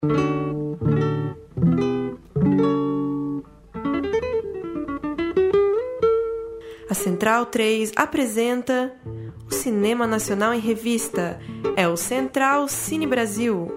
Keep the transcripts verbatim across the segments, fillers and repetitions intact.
A Central três apresenta o Cinema Nacional em Revista. É o Central Cine Brasil.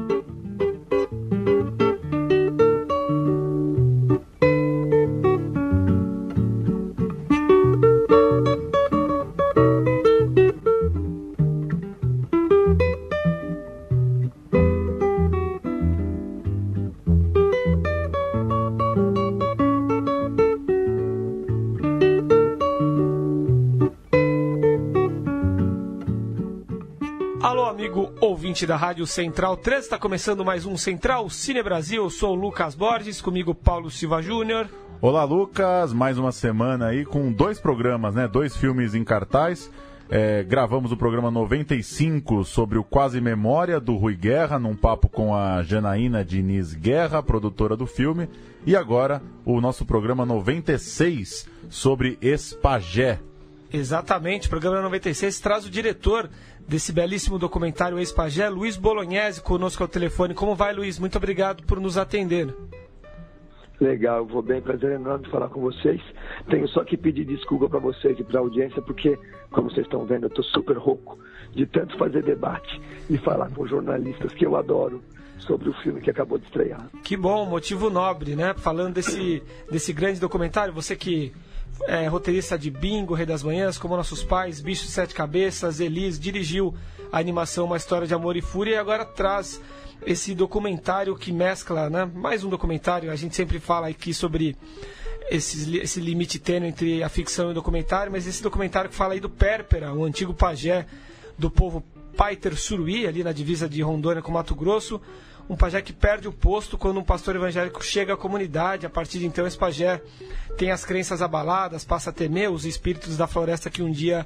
Alô, amigo ouvinte da Rádio Central três, está começando mais um Central Cine Brasil. Eu sou o Lucas Borges, comigo Paulo Silva Júnior. Olá, Lucas, mais uma semana aí com dois programas, né? Dois filmes em cartaz. É, gravamos o programa noventa e cinco sobre o Quase Memória, do Rui Guerra, num papo com a Janaína Diniz Guerra, produtora do filme. E agora o nosso programa noventa e seis sobre Ex-Pajé. Exatamente, o programa noventa e seis traz o diretor desse belíssimo documentário Ex-Pajé, Luiz Bolognese, conosco ao telefone. Como vai, Luiz? Muito obrigado por nos atender. Legal, eu vou bem, prazer enorme falar com vocês. Tenho só que pedir desculpa para vocês e para a audiência, porque, como vocês estão vendo, eu estou super rouco de tanto fazer debate e falar com jornalistas que eu adoro sobre o filme que acabou de estrear. Que bom, motivo nobre, né? Falando desse, desse grande documentário, você que é roteirista de Bingo, Rei das Manhãs, Como Nossos Pais, Bicho de Sete Cabeças, Elis, dirigiu a animação Uma História de Amor e Fúria e agora traz esse documentário que mescla, né? Mais um documentário, a gente sempre fala aqui sobre esse, esse limite tênue entre a ficção e o documentário, mas esse documentário que fala aí do Pérpera, o antigo pajé do povo Paiter Suruí, ali na divisa de Rondônia com Mato Grosso, um pajé que perde o posto quando um pastor evangélico chega à comunidade. A partir de então, esse pajé tem as crenças abaladas, passa a temer os espíritos da floresta que um dia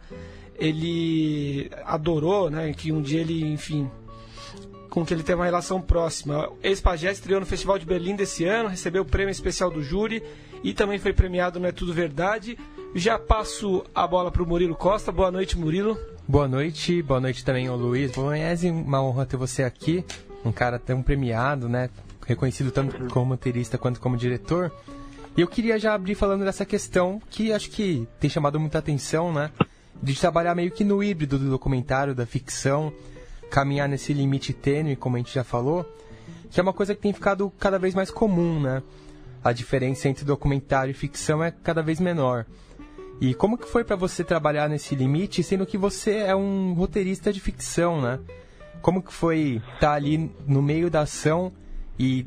ele adorou, né? Que um dia ele, enfim, com que ele tem uma relação próxima. Esse pajé estreou no Festival de Berlim desse ano, recebeu o prêmio especial do júri e também foi premiado no É Tudo Verdade. Já passo a bola para o Murilo Costa. Boa noite, Murilo. Boa noite, boa noite também ao Luiz Bolognese. Uma honra ter você aqui. Um cara tão premiado, né? Reconhecido tanto como roteirista quanto como diretor. E eu queria já abrir falando dessa questão que acho que tem chamado muita atenção, né? De trabalhar meio que no híbrido do documentário, da ficção, caminhar nesse limite tênue, como a gente já falou, que é uma coisa que tem ficado cada vez mais comum, né? A diferença entre documentário e ficção é cada vez menor. E como que foi para você trabalhar nesse limite, sendo que você é um roteirista de ficção, né? Como que foi estar ali no meio da ação e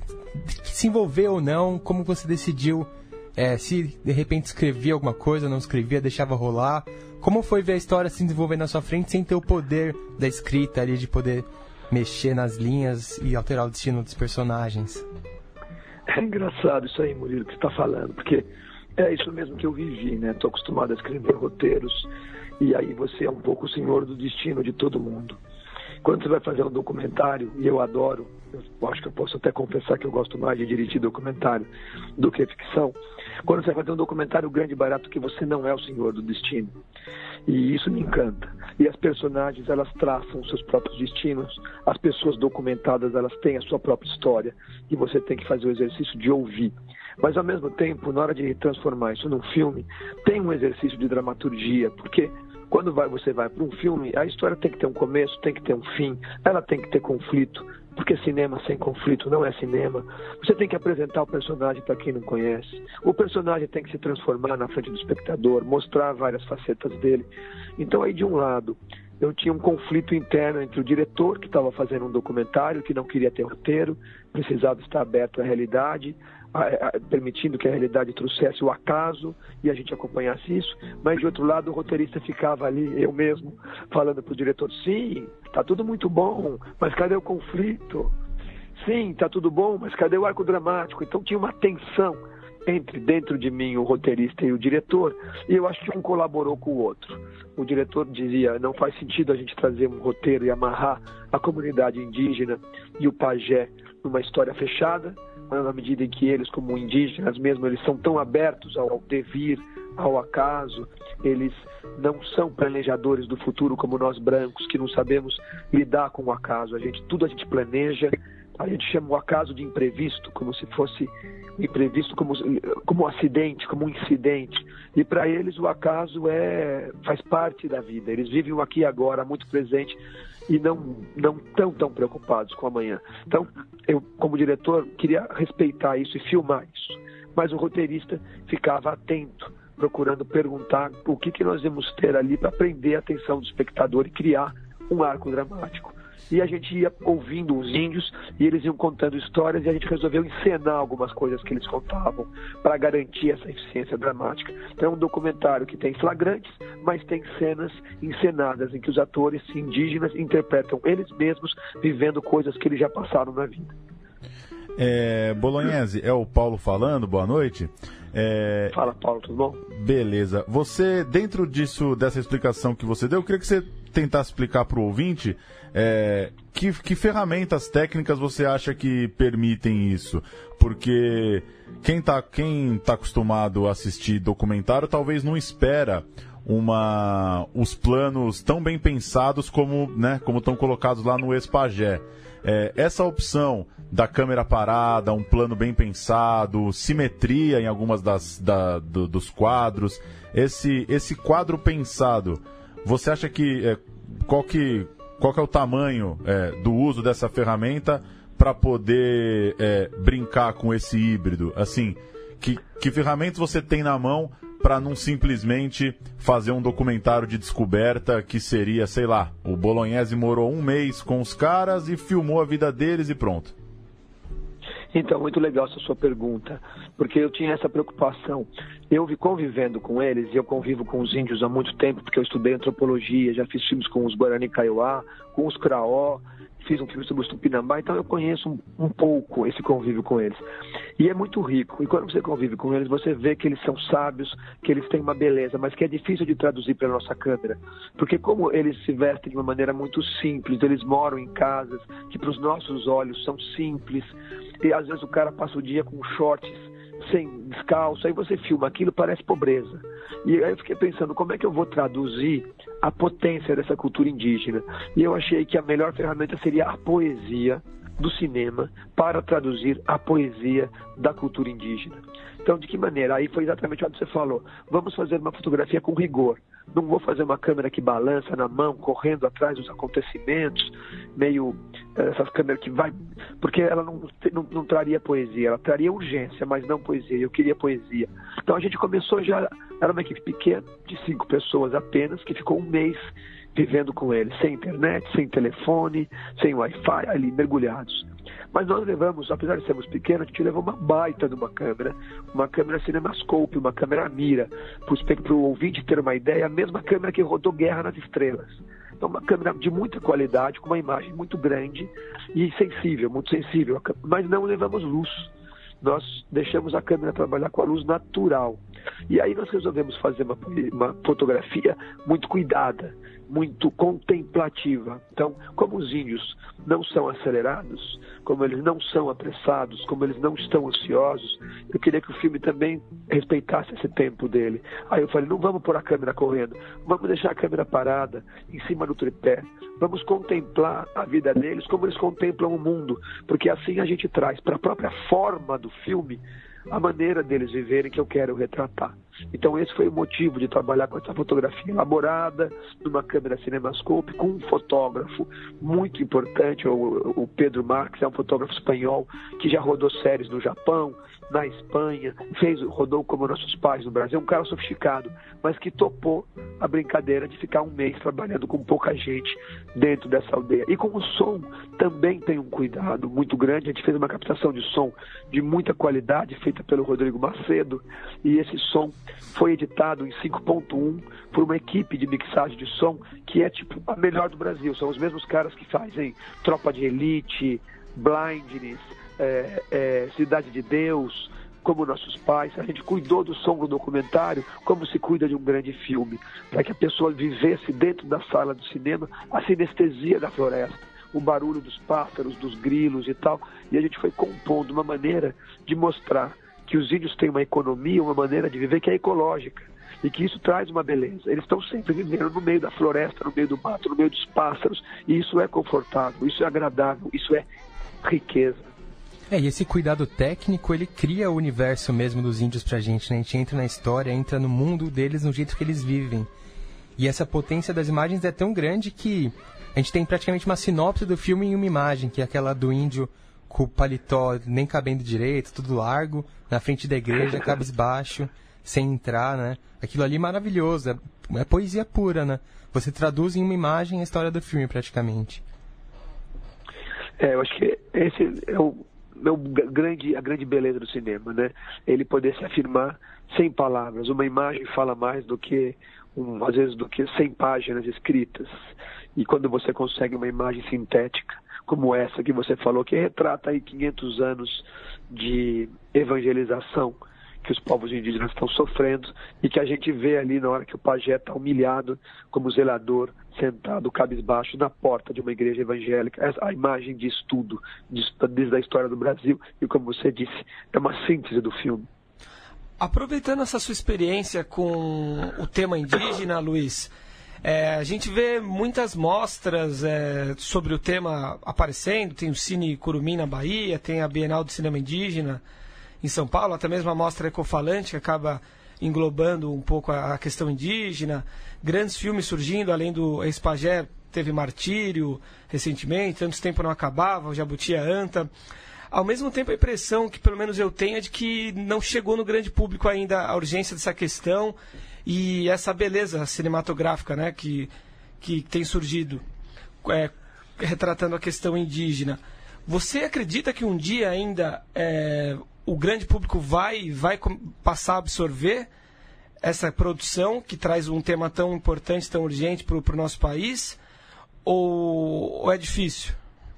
se envolver ou não? Como você decidiu é, se de repente escrevia alguma coisa, não escrevia, deixava rolar? Como foi ver a história se desenvolver na sua frente sem ter o poder da escrita ali, de poder mexer nas linhas e alterar o destino dos personagens? É engraçado isso aí, Murilo, que você está falando, porque é isso mesmo que eu vivi, né? Estou acostumado a escrever roteiros e aí você é um pouco o senhor do destino de todo mundo. Quando você vai fazer um documentário, e eu adoro, eu acho que eu posso até confessar que eu gosto mais de dirigir documentário do que ficção, quando você vai fazer um documentário grande e barato que você não é o senhor do destino. E isso me encanta. E as personagens, elas traçam os seus próprios destinos, as pessoas documentadas, elas têm a sua própria história, e você tem que fazer o exercício de ouvir. Mas, ao mesmo tempo, na hora de transformar isso num filme, tem um exercício de dramaturgia, porque quando vai, você vai para um filme, a história tem que ter um começo, tem que ter um fim, ela tem que ter conflito, porque cinema sem conflito não é cinema. Você tem que apresentar o personagem para quem não conhece. O personagem tem que se transformar na frente do espectador, mostrar várias facetas dele. Então, aí, de um lado, eu tinha um conflito interno entre o diretor, que estava fazendo um documentário, que não queria ter roteiro, precisava estar aberto à realidade, A, a, permitindo que a realidade trouxesse o acaso e a gente acompanhasse isso, mas de outro lado o roteirista ficava ali, eu mesmo, falando para o diretor, sim, tá tudo muito bom, mas cadê o conflito? Sim, tá tudo bom, mas cadê o arco dramático? Então tinha uma tensão entre dentro de mim, o roteirista e o diretor, e eu acho que um colaborou com o outro. O diretor dizia, não faz sentido a gente trazer um roteiro e amarrar a comunidade indígena e o pajé numa história fechada, na medida em que eles, como indígenas mesmo, eles são tão abertos ao, ao devir, ao acaso, eles não são planejadores do futuro como nós brancos, que não sabemos lidar com o acaso. A gente, tudo a gente planeja, A gente chama o acaso de imprevisto, como se fosse um imprevisto, como, como um acidente, como um incidente. E para eles o acaso é, faz parte da vida. Eles vivem o aqui e agora, muito presente, e não não tão, tão preocupados com amanhã. Então, eu, como diretor, queria respeitar isso e filmar isso. Mas o roteirista ficava atento, procurando perguntar o que, que nós íamos ter ali para prender a atenção do espectador e criar um arco dramático. E a gente ia ouvindo os índios e eles iam contando histórias e a gente resolveu encenar algumas coisas que eles contavam para garantir essa eficiência dramática. Então é um documentário que tem flagrantes, mas tem cenas encenadas em que os atores indígenas interpretam eles mesmos vivendo coisas que eles já passaram na vida. É, Bolognese, é o Paulo falando, boa noite. É... Fala, Paulo, tudo bom? Beleza. Você, dentro disso, dessa explicação que você deu, eu queria que você tentasse explicar para o ouvinte é, que, que ferramentas técnicas você acha que permitem isso. Porque quem está quem tá acostumado a assistir documentário talvez não espera uma, os planos tão bem pensados como, né, como estão colocados lá no Espagé. É, essa opção da câmera parada, um plano bem pensado, simetria em algumas das, da, do, dos quadros, esse, esse quadro pensado, você acha que, é, qual que qual que é o tamanho é, do uso dessa ferramenta para poder é, brincar com esse híbrido? Assim, que, que ferramentas você tem na mão para não simplesmente fazer um documentário de descoberta que seria, sei lá, o Bolognese morou um mês com os caras e filmou a vida deles e pronto? Então, muito legal essa sua pergunta, porque eu tinha essa preocupação. Eu vi convivendo com eles, e eu convivo com os índios há muito tempo, porque eu estudei antropologia, já fiz filmes com os Guarani Kaiowá, com os Craó, fiz um filme sobre os Tupinambá, então eu conheço um, um pouco esse convívio com eles. E é muito rico, e quando você convive com eles, você vê que eles são sábios, que eles têm uma beleza, mas que é difícil de traduzir para a nossa câmera. Porque como eles se vestem de uma maneira muito simples, eles moram em casas que para os nossos olhos são simples, e às vezes o cara passa o dia com shorts, sem descalço, aí você filma aquilo, parece pobreza. E aí eu fiquei pensando, como é que eu vou traduzir a potência dessa cultura indígena? E eu achei que a melhor ferramenta seria a poesia do cinema para traduzir a poesia da cultura indígena. Então, de que maneira? Aí foi exatamente o que você falou. Vamos fazer uma fotografia com rigor. Não vou fazer uma câmera que balança na mão, correndo atrás dos acontecimentos, meio essas câmeras que vai... Porque ela não, não, não traria poesia, ela traria urgência, mas não poesia. Eu queria poesia. Então a gente começou já... Era uma equipe pequena, de cinco pessoas apenas, que ficou um mês vivendo com eles, sem internet, sem telefone, sem Wi-Fi, ali mergulhados. Mas nós levamos, apesar de sermos pequenos, a gente levou uma baita de uma câmera, uma câmera CinemaScope, uma câmera mira, para o ouvinte ter uma ideia, a mesma câmera que rodou Guerra nas Estrelas. Então, uma câmera de muita qualidade, com uma imagem muito grande e sensível, muito sensível, mas não levamos luz. Nós deixamos a câmera trabalhar com a luz natural. E aí nós resolvemos fazer uma, uma fotografia muito cuidada, muito contemplativa. Então, como os índios não são acelerados, como eles não são apressados, como eles não estão ansiosos, eu queria que o filme também respeitasse esse tempo dele. Aí eu falei, não vamos pôr a câmera correndo, vamos deixar a câmera parada, em cima do tripé, vamos contemplar a vida deles como eles contemplam o mundo, porque assim a gente traz para a própria forma do filme a maneira deles viverem que eu quero retratar. Então esse foi o motivo de trabalhar com essa fotografia elaborada, numa câmera CinemaScope, com um fotógrafo muito importante, o, o Pedro Marques, é um fotógrafo espanhol que já rodou séries no Japão, na Espanha, fez, rodou como Nossos Pais no Brasil, um cara sofisticado, mas que topou a brincadeira de ficar um mês trabalhando com pouca gente dentro dessa aldeia. E com o som também tem um cuidado muito grande, a gente fez uma captação de som de muita qualidade, feita pelo Rodrigo Macedo, e esse som foi editado em cinco ponto um por uma equipe de mixagem de som que é tipo a melhor do Brasil, são os mesmos caras que fazem Tropa de Elite, Blindness, É, é, Cidade de Deus, como Nossos Pais. A gente cuidou do som do documentário como se cuida de um grande filme, para que a pessoa vivesse dentro da sala do cinema a sinestesia da floresta, o barulho dos pássaros, dos grilos e tal, e a gente foi compondo uma maneira de mostrar que os índios têm uma economia, uma maneira de viver que é ecológica, e que isso traz uma beleza. Eles estão sempre vivendo no meio da floresta, no meio do mato, no meio dos pássaros, e isso é confortável, isso é agradável, isso é riqueza. É, e esse cuidado técnico, ele cria o universo mesmo dos índios pra gente, né? A gente entra na história, entra no mundo deles, no jeito que eles vivem. E essa potência das imagens é tão grande que a gente tem praticamente uma sinopse do filme em uma imagem, que é aquela do índio com o paletó nem cabendo direito, tudo largo, na frente da igreja, cabisbaixo, sem entrar, né? Aquilo ali é maravilhoso, é, é poesia pura, né? Você traduz em uma imagem a história do filme, praticamente. É, eu acho que esse é o, é o grande, a grande beleza do cinema, né? Ele poder se afirmar sem palavras. Uma imagem fala mais do que, um, às vezes, do que cem páginas escritas. E quando você consegue uma imagem sintética, como essa que você falou, que retrata aí quinhentos anos de evangelização que os povos indígenas estão sofrendo e que a gente vê ali na hora que o pajé está humilhado como zelador, sentado cabisbaixo na porta de uma igreja evangélica. Essa, a imagem diz tudo, diz, diz da história do Brasil e, como você disse, é uma síntese do filme. Aproveitando essa sua experiência com o tema indígena, Luiz, é, a gente vê muitas mostras é, sobre o tema aparecendo, tem o Cine Curumim na Bahia, tem a Bienal do Cinema Indígena em São Paulo, até mesmo a mostra Ecofalante, que acaba englobando um pouco a questão indígena, grandes filmes surgindo, além do ex-pajé, teve Martírio recentemente, Tanto Tempo Não Acabava, o Jabuti e a Anta. Ao mesmo tempo, a impressão que pelo menos eu tenho é de que não chegou no grande público ainda a urgência dessa questão e essa beleza cinematográfica, né, que, que tem surgido é, retratando a questão indígena. Você acredita que um dia ainda é, o grande público vai, vai passar a absorver essa produção que traz um tema tão importante, tão urgente para o nosso país? Ou, ou é difícil?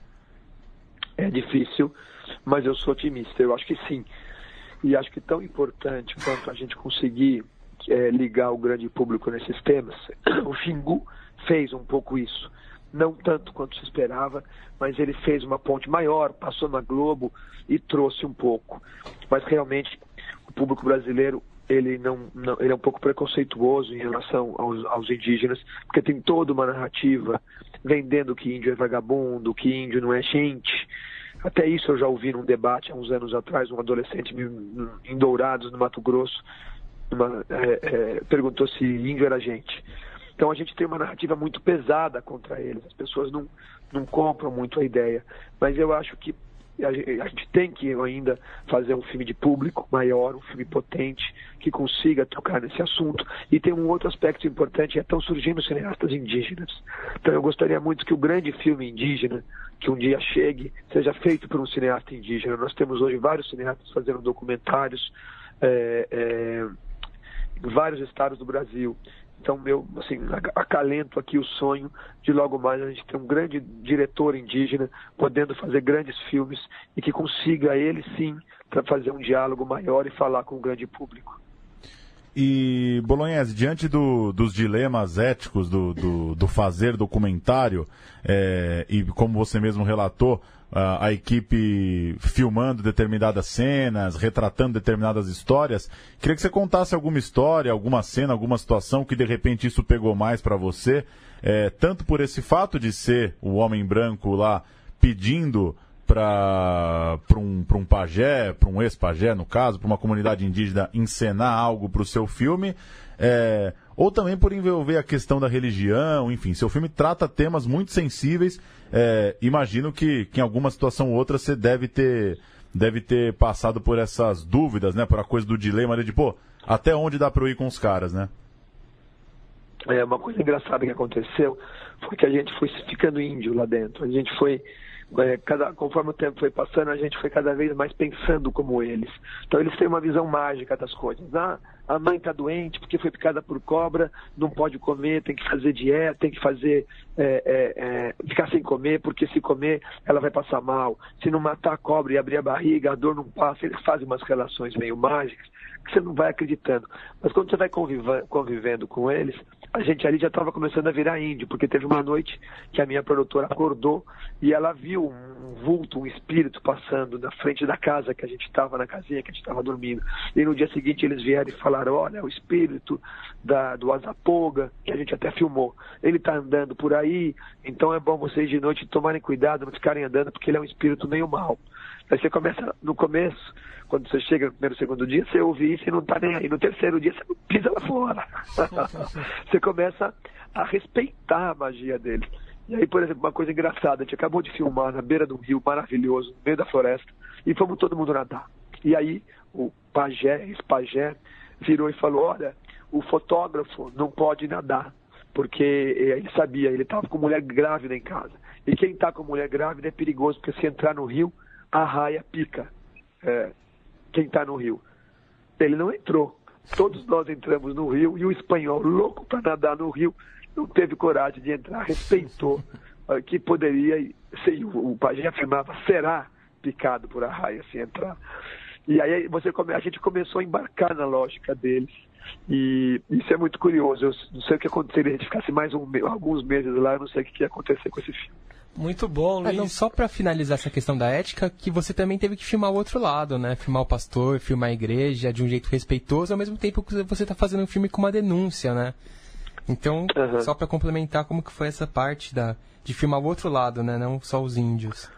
É difícil, mas eu sou otimista. Eu acho que sim. E acho que tão importante quanto a gente conseguir é, ligar o grande público nesses temas, o Xingu fez um pouco isso. Não tanto quanto se esperava, mas ele fez uma ponte maior, passou na Globo e trouxe um pouco. Mas realmente o público brasileiro ele, não, não, ele é um pouco preconceituoso em relação aos, aos indígenas, porque tem toda uma narrativa vendendo que índio é vagabundo, que índio não é gente. Até isso eu já ouvi num debate há uns anos atrás, um adolescente em Dourados, no Mato Grosso, uma, é, é, perguntou se índio era gente. Então a gente tem uma narrativa muito pesada contra eles, as pessoas não, não compram muito a ideia, mas eu acho que a gente, a gente tem que ainda fazer um filme de público maior, um filme potente, que consiga tocar nesse assunto. E tem um outro aspecto importante, é estão surgindo cineastas indígenas. Então eu gostaria muito que o grande filme indígena, que um dia chegue, seja feito por um cineasta indígena. Nós temos hoje vários cineastas fazendo documentários é, é, em vários estados do Brasil. Então, eu assim, acalento aqui o sonho de logo mais a gente ter um grande diretor indígena podendo fazer grandes filmes e que consiga ele sim para fazer um diálogo maior e falar com o grande público. E, Bolognese, diante do, dos dilemas éticos do, do, do fazer documentário, é, e como você mesmo relatou, a, a equipe filmando determinadas cenas, retratando determinadas histórias, queria que você contasse alguma história, alguma cena, alguma situação que de repente isso pegou mais para você, é, tanto por esse fato de ser o homem branco lá pedindo para um, um pajé, para um ex-pajé, no caso, para uma comunidade indígena encenar algo para o seu filme, é, ou também por envolver a questão da religião, enfim, seu filme trata temas muito sensíveis, é, imagino que, que em alguma situação ou outra você deve ter, deve ter passado por essas dúvidas, né, por a coisa do dilema de, pô, até onde dá para eu ir com os caras, né? É, uma coisa engraçada que aconteceu foi que a gente foi ficando índio lá dentro, a gente foi É, cada, conforme o tempo foi passando, a gente foi cada vez mais pensando como eles. Então eles têm uma visão mágica das coisas. Ah, a mãe está doente porque foi picada por cobra, não pode comer, tem que fazer dieta, tem que fazer é, é, é, ficar sem comer, porque se comer ela vai passar mal. Se não matar a cobra e abrir a barriga, a dor não passa. Eles fazem umas relações meio mágicas que você não vai acreditando. Mas quando você vai conviva, convivendo com eles, a gente ali já estava começando a virar índio, porque teve uma noite que a minha produtora acordou e ela viu um vulto, um espírito passando na frente da casa que a gente estava, na casinha que a gente estava dormindo. E no dia seguinte eles vieram e falaram, olha, o espírito da, do Azapoga, que a gente até filmou, ele está andando por aí, então é bom vocês de noite tomarem cuidado, não ficarem andando, porque ele é um espírito meio mau. Aí você começa, no começo, quando você chega no primeiro, segundo dia, você ouve isso e não está nem aí. No terceiro dia, você pisa lá fora. Você começa a respeitar a magia dele. E aí, por exemplo, uma coisa engraçada, a gente acabou de filmar na beira do rio, maravilhoso, no meio da floresta, e fomos todo mundo nadar. E aí, o pajé, esse pajé, virou e falou, olha, o fotógrafo não pode nadar, porque ele sabia, ele estava com mulher grávida em casa. E quem está com mulher grávida é perigoso, porque se entrar no rio, a raia pica. É, quem está no rio. Ele não entrou. Todos nós entramos no rio e o espanhol, louco para nadar no rio, não teve coragem de entrar, respeitou uh, que poderia ser, o, o pajé afirmava, será picado por a raia se entrar. E aí você come, a gente começou a embarcar na lógica deles. E isso é muito curioso. Eu não sei o que aconteceria se a gente ficasse mais um, alguns meses lá, eu não sei o que ia acontecer com esse filme. Muito bom, Luiz. É, não, só para finalizar essa questão da ética, que você também teve que filmar o outro lado, né? Filmar o pastor, filmar a igreja de um jeito respeitoso, ao mesmo tempo que você está fazendo um filme com uma denúncia, né? Então, uhum. Só para complementar, como que foi essa parte da, de filmar o outro lado, né? Não só os índios.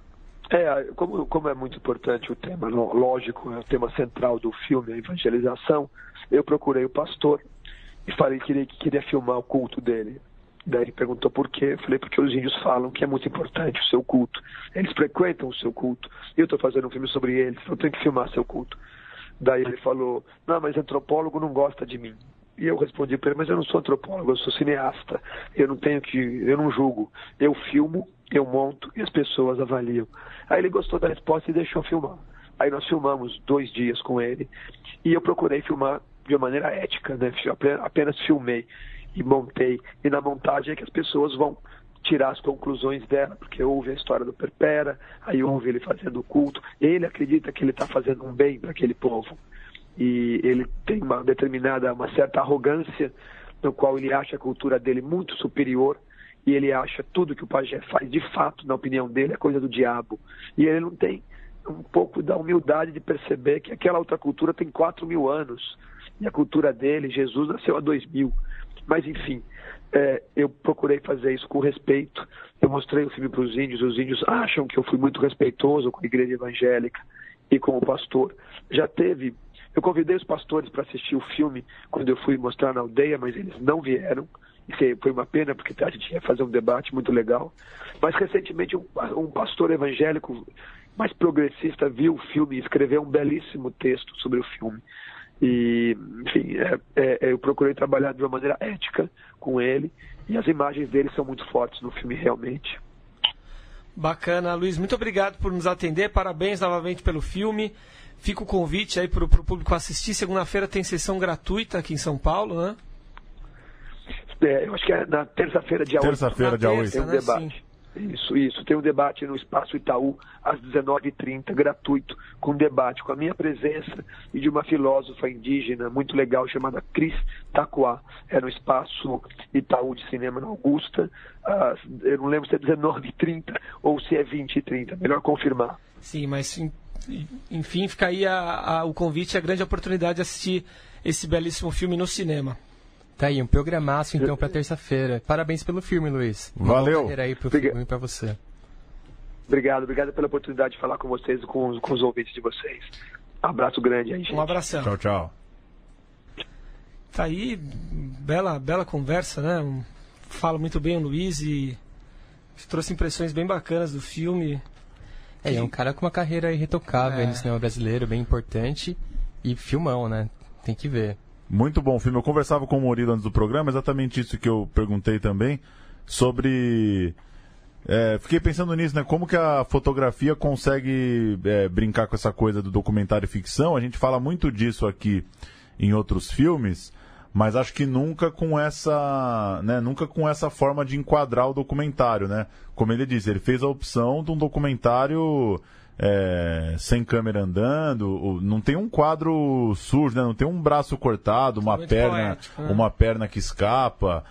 É, como, como é muito importante o tema, lógico, é o tema central do filme, a evangelização, eu procurei o pastor e falei que queria, que queria filmar o culto dele. Daí ele perguntou por quê. Eu falei, porque os índios falam que é muito importante o seu culto. Eles frequentam o seu culto. E eu estou fazendo um filme sobre eles, eu tenho que filmar seu culto. Daí ele falou, não, mas antropólogo não gosta de mim. E eu respondi para ele, mas eu não sou antropólogo, eu sou cineasta. Eu não tenho que, eu não julgo. Eu filmo, eu monto e as pessoas avaliam. Aí ele gostou da resposta e deixou filmar. Aí nós filmamos dois dias com ele. E eu procurei filmar de uma maneira ética, né? Eu apenas filmei e montei, e na montagem é que as pessoas vão tirar as conclusões dela, porque ouve a história do Perpera, aí ouve ele fazendo o culto, ele acredita que ele está fazendo um bem para aquele povo, e ele tem uma determinada, uma certa arrogância, no qual ele acha a cultura dele muito superior, e ele acha tudo que o pajé faz, de fato, na opinião dele, é coisa do diabo, e ele não tem um pouco da humildade de perceber que aquela outra cultura tem quatro mil anos, e a cultura dele, Jesus, nasceu há dois mil. Mas, enfim, é, eu procurei fazer isso com respeito. Eu mostrei o filme para os índios. Os índios acham que eu fui muito respeitoso com a igreja evangélica e com o pastor. Já teve... Eu convidei os pastores para assistir o filme quando eu fui mostrar na aldeia, mas eles não vieram. Isso foi uma pena, porque a gente ia fazer um debate muito legal. Mas, recentemente, um, um pastor evangélico mais progressista viu o filme e escreveu um belíssimo texto sobre o filme. E, enfim, é, é, eu procurei trabalhar de uma maneira ética com ele, e as imagens dele são muito fortes no filme, realmente. Bacana, Luiz, muito obrigado por nos atender, parabéns novamente pelo filme. Fica o convite aí para o público assistir. Segunda-feira tem sessão gratuita aqui em São Paulo, né? É, eu acho que é na terça-feira, dia oito. Terça-feira, dia oito. Tem um debate. Sim. Isso, isso. Tem um debate no Espaço Itaú, às dezenove e trinta, gratuito, com debate, com a minha presença e de uma filósofa indígena muito legal, chamada Cris Tacuá. É no Espaço Itaú de Cinema, na Augusta. Às, eu não lembro se é dezenove e trinta ou se é vinte e trinta. Melhor confirmar. Sim, mas, enfim, fica aí a, a, o convite e a grande oportunidade de assistir esse belíssimo filme no cinema. Tá aí, um programaço então para terça-feira. Parabéns pelo filme, Luiz. Valeu. Uma aí pro filme para você. Obrigado, obrigado pela oportunidade de falar com vocês e com, com os ouvintes de vocês. Um abraço grande aí, gente. Um abração. Tchau, tchau. Tá aí, bela, bela conversa, né? Um, fala muito bem o Luiz e trouxe impressões bem bacanas do filme. É, é um cara com uma carreira irretocável é. no cinema brasileiro, bem importante. E filmão, né? Tem que ver. Muito bom filme. Eu conversava com o Murilo antes do programa, exatamente isso que eu perguntei também, sobre... É, fiquei pensando nisso, né? Como que a fotografia consegue é, brincar com essa coisa do documentário e ficção. A gente fala muito disso aqui em outros filmes, mas acho que nunca com essa, né? Nunca com essa forma de enquadrar o documentário, né? Como ele disse, ele fez a opção de um documentário é, sem câmera andando, não tem um quadro sujo, né? Não tem um braço cortado, uma muito perna, poético, né? uma perna que escapa.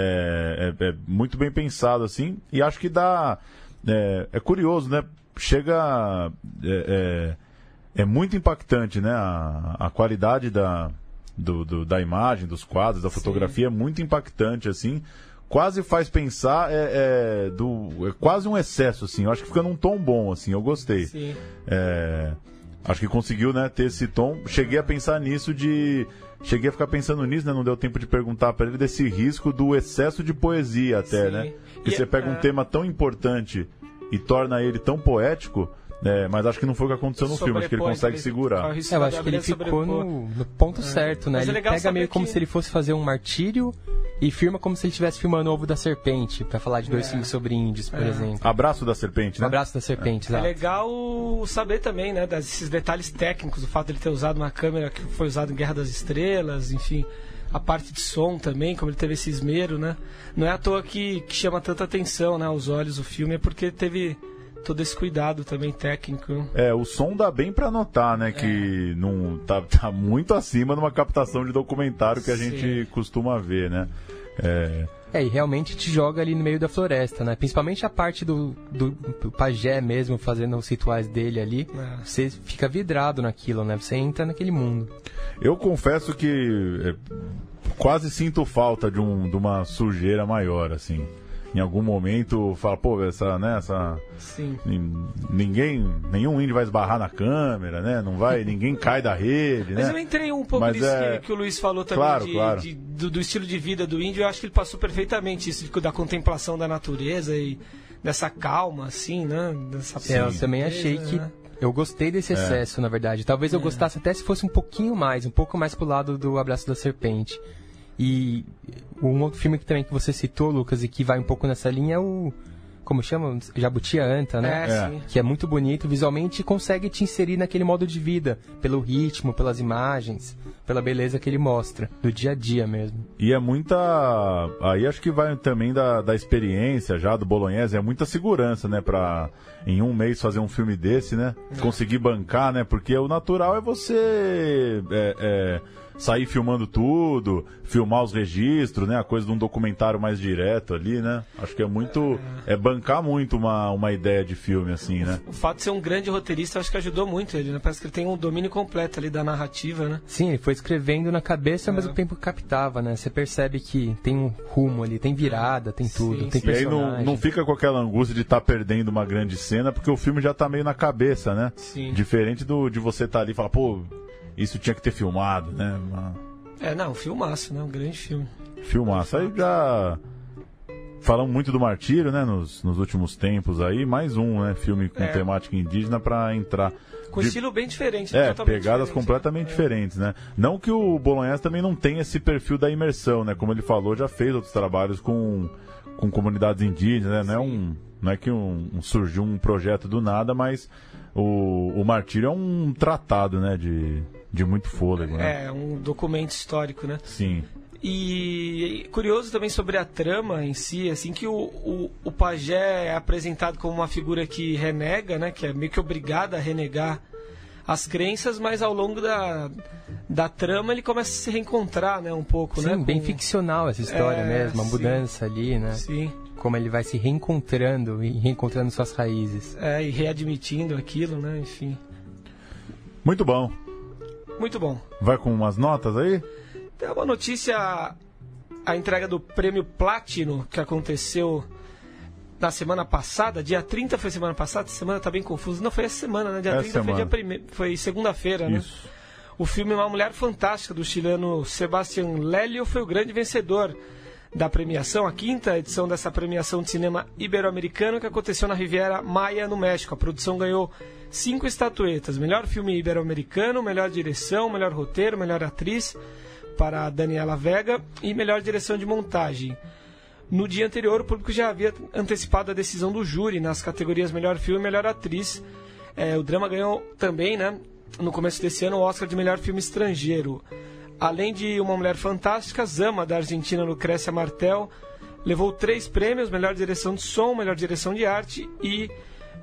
É, é, é muito bem pensado, assim, e acho que dá... É, é curioso, né? Chega... É, é, é muito impactante, né? A, a qualidade da, do, do, da imagem, dos quadros, da fotografia. Sim. É muito impactante, assim. Quase faz pensar, é, é, do, é quase um excesso, assim. Eu acho que fica num tom bom, assim, eu gostei. Sim. É, acho que conseguiu, né, ter esse tom. Cheguei a pensar nisso de... Cheguei a ficar pensando nisso, né? Não deu tempo de perguntar para ele desse risco do excesso de poesia até, Sim. né? Porque e você pega é... um tema tão importante e torna ele tão poético... É, mas acho que não foi o que aconteceu no filme, acho que ele consegue ele, segurar. É, eu acho que ele ficou no, no ponto é. certo, né? Mas ele é pega meio que... como se ele fosse fazer um martírio e filma como se ele estivesse filmando o Ovo da Serpente, pra falar de dois é. filmes sobre índios, por é. exemplo. Abraço da Serpente, né? Abraço da Serpente, é. é legal saber também, né, desses detalhes técnicos, o fato de ele ter usado uma câmera que foi usada em Guerra das Estrelas, enfim... A parte de som também, como ele teve esse esmero, né? Não é à toa que, que chama tanta atenção, né, aos olhos o filme, é porque teve... todo esse cuidado também técnico. É, o som dá bem pra notar, né? É. Que não, tá, tá muito acima de uma captação de documentário que a Sim. gente costuma ver, né? É... é, e realmente te joga ali no meio da floresta, né? Principalmente a parte do, do, do pajé mesmo, fazendo os rituais dele ali. É. Você fica vidrado naquilo, né? Você entra naquele mundo. Eu confesso que é, quase sinto falta de, um, de uma sujeira maior, assim. Em algum momento fala, pô, essa, né, essa... Sim. Ninguém, nenhum índio vai esbarrar na câmera, né? Não vai, ninguém cai da rede, Mas né? eu entrei um pouco Mas nisso é... que, que o Luiz falou também, claro, de, claro. De, do, do estilo de vida do índio. Eu acho que ele passou perfeitamente isso, da contemplação da natureza e dessa calma, assim, né? Dessa é, eu também achei que... Né? Eu gostei desse excesso, é. na verdade. Talvez eu é. gostasse até se fosse um pouquinho mais, um pouco mais pro lado do Abraço da Serpente. E um outro filme que também que você citou, Lucas, e que vai um pouco nessa linha é o... Como chama? Jabuti Anta, né? É, é. Que é muito bonito, visualmente consegue te inserir naquele modo de vida, pelo ritmo, pelas imagens, pela beleza que ele mostra, do dia a dia mesmo. E é muita... Aí acho que vai também da, da experiência já do Bolognese, é muita segurança, né? Pra em um mês fazer um filme desse, né? Conseguir bancar, né? Porque o natural é você... É, é... sair filmando tudo, filmar os registros, né? A coisa de um documentário mais direto ali, né? Acho que é muito... É bancar muito uma, uma ideia de filme, assim, né? O, o fato de ser um grande roteirista, acho que ajudou muito ele, né? Parece que ele tem um domínio completo ali da narrativa, né? Sim, ele foi escrevendo na cabeça, ao é. mesmo tempo captava, né? Você percebe que tem um rumo ali, tem virada, tem tudo, sim, tem sim. personagem. E aí não, não fica com aquela angústia de estar tá perdendo uma grande cena, porque o filme já tá meio na cabeça, né? Sim. Diferente do, de você estar tá ali e falar, pô... Isso tinha que ter filmado, né? Uma... É, não, um filmaço, né? Um grande filme. Filmaço. Aí já falamos muito do Martírio, né? Nos, nos últimos tempos aí. Mais um, né? Filme com é. temática indígena pra entrar. Com de... estilo bem diferente. É, pegadas completamente né? diferentes, né? Não que o Bolognese também não tenha esse perfil da imersão, né? Como ele falou, já fez outros trabalhos com, com comunidades indígenas, né? Não é, um, não é que um, um, surgiu um projeto do nada, mas o, o Martírio é um tratado, né? De... De muito fôlego, né? É, um documento histórico, né? Sim. E curioso também sobre a trama em si, assim, que o, o, o pajé é apresentado como uma figura que renega, né? Que é meio que obrigada a renegar as crenças, mas ao longo da, da trama ele começa a se reencontrar, né? Um pouco, sim, né? Sim, bem com... ficcional essa história é, mesmo, uma sim. mudança ali, né? Sim. Como ele vai se reencontrando e reencontrando suas raízes. É, e readmitindo aquilo, né? Enfim. Muito bom. Muito bom. Vai com umas notas aí? Tem uma notícia, a entrega do prêmio Platino, que aconteceu na semana passada, dia trinta foi semana passada, semana tá bem confusa. Não, foi essa semana, né? Dia essa trinta semana. foi, dia prime... foi segunda-feira, né? Isso. O filme Uma Mulher Fantástica, do chileno Sebastián Lelio, foi o grande vencedor da premiação, a quinta edição dessa premiação de cinema ibero-americano que aconteceu na Riviera Maya, no México. A produção ganhou cinco estatuetas: melhor filme ibero-americano, melhor direção, melhor roteiro, melhor atriz para a Daniela Vega e melhor direção de montagem. No dia anterior, o público já havia antecipado a decisão do júri nas categorias melhor filme e melhor atriz. É, o drama ganhou também, né, no começo desse ano, o Oscar de melhor filme estrangeiro. Além de Uma Mulher Fantástica, Zama, da Argentina, Lucrécia Martel, levou três prêmios: melhor direção de som, melhor direção de arte e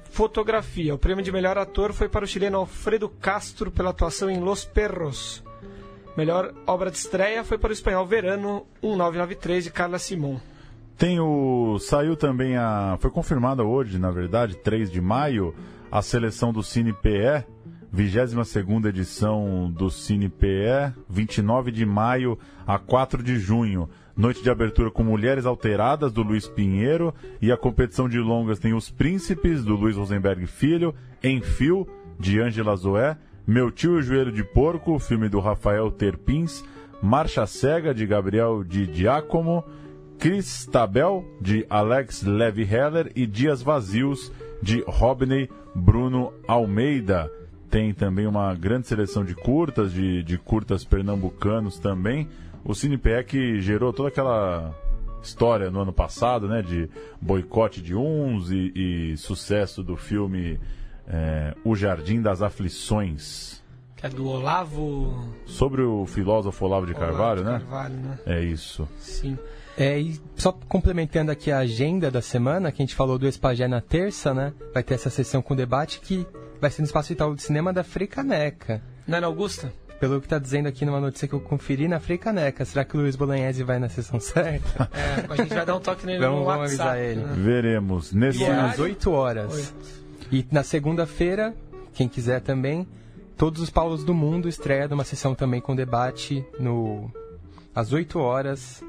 fotografia. O prêmio de melhor ator foi para o chileno Alfredo Castro pela atuação em Los Perros. Melhor obra de estreia foi para o espanhol Verano mil novecentos e noventa e três, de Carla Simón. Tem o... Saiu também a... Foi confirmada hoje, na verdade, três de maio, a seleção do Cine P E, vigésima segunda edição do Cine P E, vinte e nove de maio a quatro de junho. Noite de abertura com Mulheres Alteradas, do Luiz Pinheiro, e a competição de longas tem Os Príncipes, do Luiz Rosenberg Filho, Em Fio, de Ângela Zoé, Meu Tio e o Joelho de Porco, filme do Rafael Terpins, Marcha Cega, de Gabriel Di Giacomo, Cristabel, de Alex Levi Heller, e Dias Vazios, de Robney Bruno Almeida. Tem também uma grande seleção de curtas, de, de curtas pernambucanos também. O Cine P E que gerou toda aquela história no ano passado, né, de boicote de uns e, e sucesso do filme é, O Jardim das Aflições. Que é do Olavo... Sobre o filósofo Olavo de Olavo Carvalho, de né? Carvalho, né? É isso. Sim. É, e só complementando aqui a agenda da semana, que a gente falou do Espagé na terça, né? Vai ter essa sessão com debate que vai ser no Espaço Itaú de Cinema da Frei Caneca. Não é na Augusta? Pelo que está dizendo aqui numa notícia que eu conferi, na Frei Caneca. Será que o Luiz Bolognese vai na sessão certa? É, a gente vai dar um toque nele vamos, no vamos WhatsApp. avisar ele. Né? Veremos. Nesse... E é às oito horas. E na segunda-feira, quem quiser também, Todos os Paulos do Mundo estreia numa sessão também com debate no... às oito horas...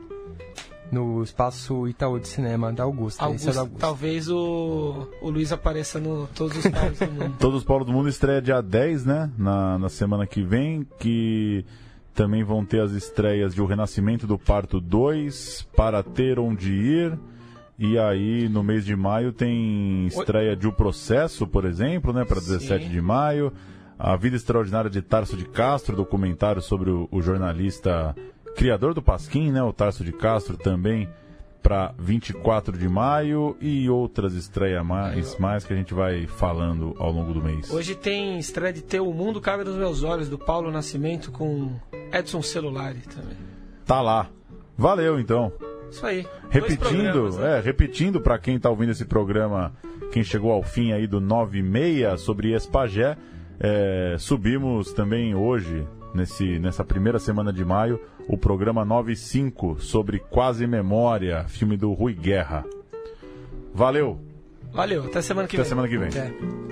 no Espaço Itaú de Cinema da Augusta. Augusta, Esse é da Augusta. Talvez o, o Luiz apareça no Todos os Paulos do Mundo. Todos os Paulos do Mundo estreia dia dez, né? Na, na semana que vem, que também vão ter as estreias de O Renascimento do Parto dois, Para Ter Onde Ir, e aí no mês de maio tem estreia de O Processo, por exemplo, né? Para dezessete de maio. A Vida Extraordinária de Tarso de Castro, documentário sobre o, o jornalista... criador do Pasquim, né, o Tarso de Castro, também para vinte e quatro de maio, e outras estreias mais, mais que a gente vai falando ao longo do mês. Hoje tem estreia de Teu O Mundo Cabe nos Meus Olhos, do Paulo Nascimento, com Edson Celulari também. Tá lá. Valeu, então. Isso aí. Repetindo, né? é, repetindo para quem está ouvindo esse programa, quem chegou ao fim aí do nove e meia sobre Espagé, é, subimos também hoje, nesse, nessa primeira semana de maio, o programa nove e cinco sobre Quase Memória, filme do Rui Guerra. Valeu! Valeu, até semana que até vem. semana que vem. É.